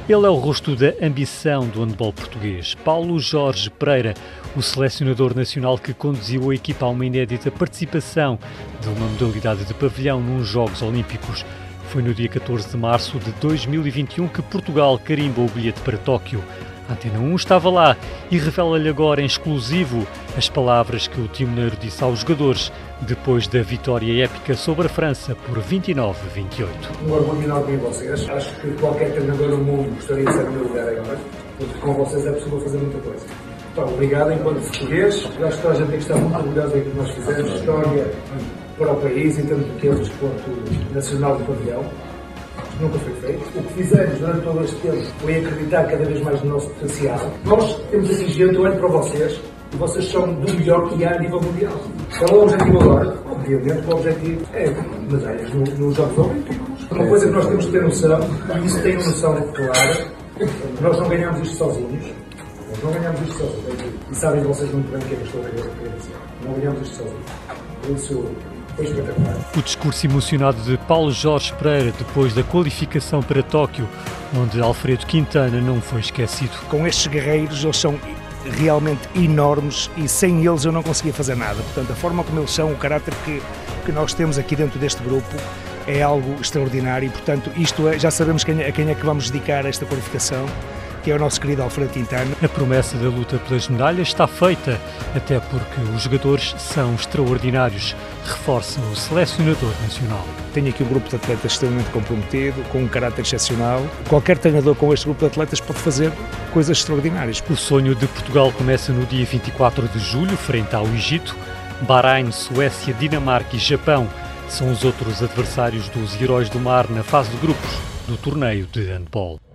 Ele é o rosto da ambição do handball português. Paulo Jorge Pereira, o selecionador nacional que conduziu a equipa a uma inédita participação de uma modalidade de pavilhão nos Jogos Olímpicos. Foi no dia 14 de março de 2021 que Portugal carimbou o bilhete para Tóquio. A Antena 1 estava lá e revela-lhe agora em exclusivo as palavras que o timoneiro disse aos jogadores depois da vitória épica sobre a França por 29-28. Um orgulho enorme em vocês. Acho que qualquer treinador no mundo gostaria de estar no meu lugar agora, porque com vocês é possível fazer muita coisa. Então, obrigado enquanto português. Acho que toda a gente tem que estar muito orgulhoso daquilo que nós fizemos. História para o país, em termos de que é o desporto nacional do pavilhão. Nunca foi feito. O que fizemos durante todo este tempo foi acreditar cada vez mais no nosso potencial. Nós temos aqui gente, eu olho para vocês e vocês são do melhor que há a nível mundial. Qual é o objetivo agora? Obviamente o objetivo é medalhas nos Jogos Olímpicos. Uma coisa que nós temos que ter noção, e isso tem uma noção clara, nós não ganhamos isto sozinhos. Nós não ganhamos isto sozinhos. E sabem vocês muito bem o que é que estou a dizer. Não ganhamos isto sozinhos. Por isso, o discurso emocionado de Paulo Jorge Pereira depois da qualificação para Tóquio, onde Alfredo Quintana não foi esquecido. Com estes guerreiros, eles são realmente enormes e sem eles eu não conseguia fazer nada. Portanto, a forma como eles são, o caráter que nós temos aqui dentro deste grupo é algo extraordinário e, portanto, isto é, já sabemos a quem é que vamos dedicar esta qualificação, que é o nosso querido Alfredo Quintana. A promessa da luta pelas medalhas está feita, até porque os jogadores são extraordinários, reforça o selecionador nacional. Tenho aqui um grupo de atletas extremamente comprometido, com um caráter excepcional. Qualquer treinador com este grupo de atletas pode fazer coisas extraordinárias. O sonho de Portugal começa no dia 24 de julho, frente ao Egito. Bahrein, Suécia, Dinamarca e Japão são os outros adversários dos Heróis do Mar na fase de grupos do torneio de handball.